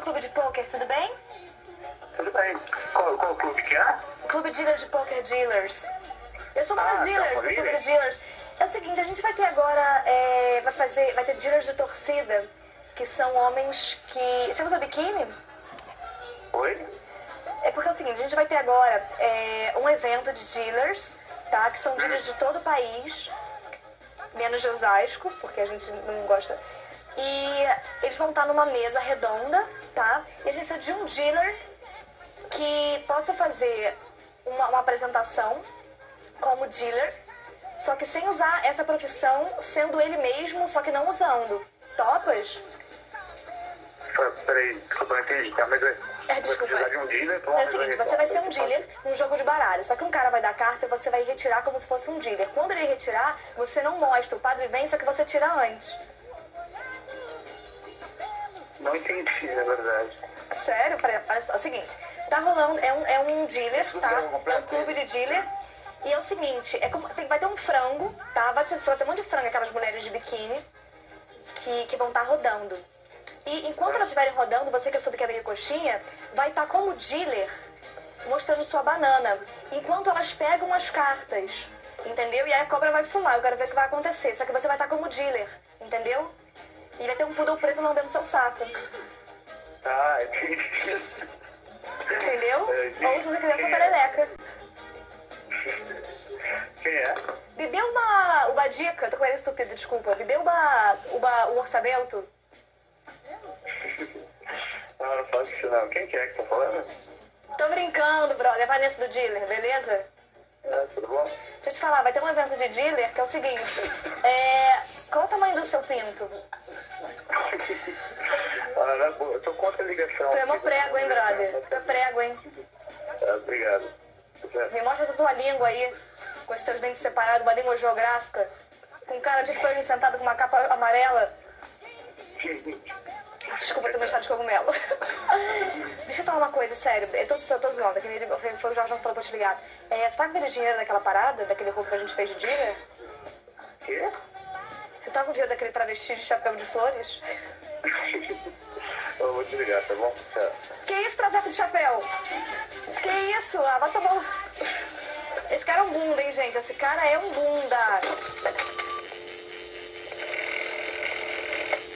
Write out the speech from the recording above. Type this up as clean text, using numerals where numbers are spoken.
clube de pôquer, tudo bem? Tudo bem. Qual clube que é? Clube Dealer de Poker Dealers. Eu sou uma das dealers do Clube de Dealers. É o seguinte, a gente vai ter agora, vai ter dealers de torcida, que são homens que... Você usa biquíni? Oi? É porque é o seguinte, a gente vai ter agora um evento de dealers, tá? Que são dealers de todo o país, menos de Osasco, porque a gente não gosta. E eles vão estar numa mesa redonda, tá? E a gente precisa de um dealer que possa fazer uma apresentação como dealer, só que sem usar essa profissão, sendo ele mesmo, só que não usando. Topas? Peraí, desculpa, não entendi. Tá, mas Desculpa. Você vai de um dealer pra É o seguinte, você vai ser um dealer num jogo de baralho, só que um cara vai dar carta e você vai retirar como se fosse um dealer. Quando ele retirar, você não mostra, o padre vem, só que você tira antes. Não entendi, na verdade. Sério? Olha só, é o seguinte, tá rolando, é um dealer, tá? É um clube de dealer. E é o seguinte, vai ter um frango, tá? Vai ter um monte de frango, aquelas mulheres de biquíni que vão estar rodando. E enquanto elas estiverem rodando, você que eu soube que é meio coxinha, vai estar como dealer, mostrando sua banana, enquanto elas pegam as cartas, entendeu? E aí a cobra vai fumar, eu quero ver o que vai acontecer. Só que você vai estar como dealer, entendeu? E vai ter um poodle preto lambendo seu saco. Ah, entendi. Entendeu? Ou se você quiser, sua pereleca. Quem é? Me deu uma dica, tô com ele estúpido, desculpa. Me deu um orçamento. Ah, não faço isso não. Quem que é que tá falando? Tô brincando, brother. É a Vanessa do dealer, beleza? Tudo bom? Deixa eu te falar, vai ter um evento de dealer que é o seguinte. Qual o tamanho do seu pinto? Eu tô contra a ligação. Tu é mó prego, hein, brother? Tu é prego, hein? Obrigado. Me mostra essa tua língua aí, com esses teus dentes separados, uma língua geográfica, com cara de frango sentado com uma capa amarela. Desculpa ter mexado de cogumelo. Deixa eu falar uma coisa, sério. Eu tô zoando, aqui me ligou, foi o Jorge que falou pra eu te ligar. Você tá com aquele dinheiro daquela parada, daquele roubo que a gente fez de dealer? Quê? Você tá com o dinheiro daquele travesti de chapéu de flores? Eu vou te ligar, tá bom? Tchau. Que isso, traveco de chapéu? Que isso? Vai tomar... Esse cara é um bunda, hein, gente? Esse cara é um bunda.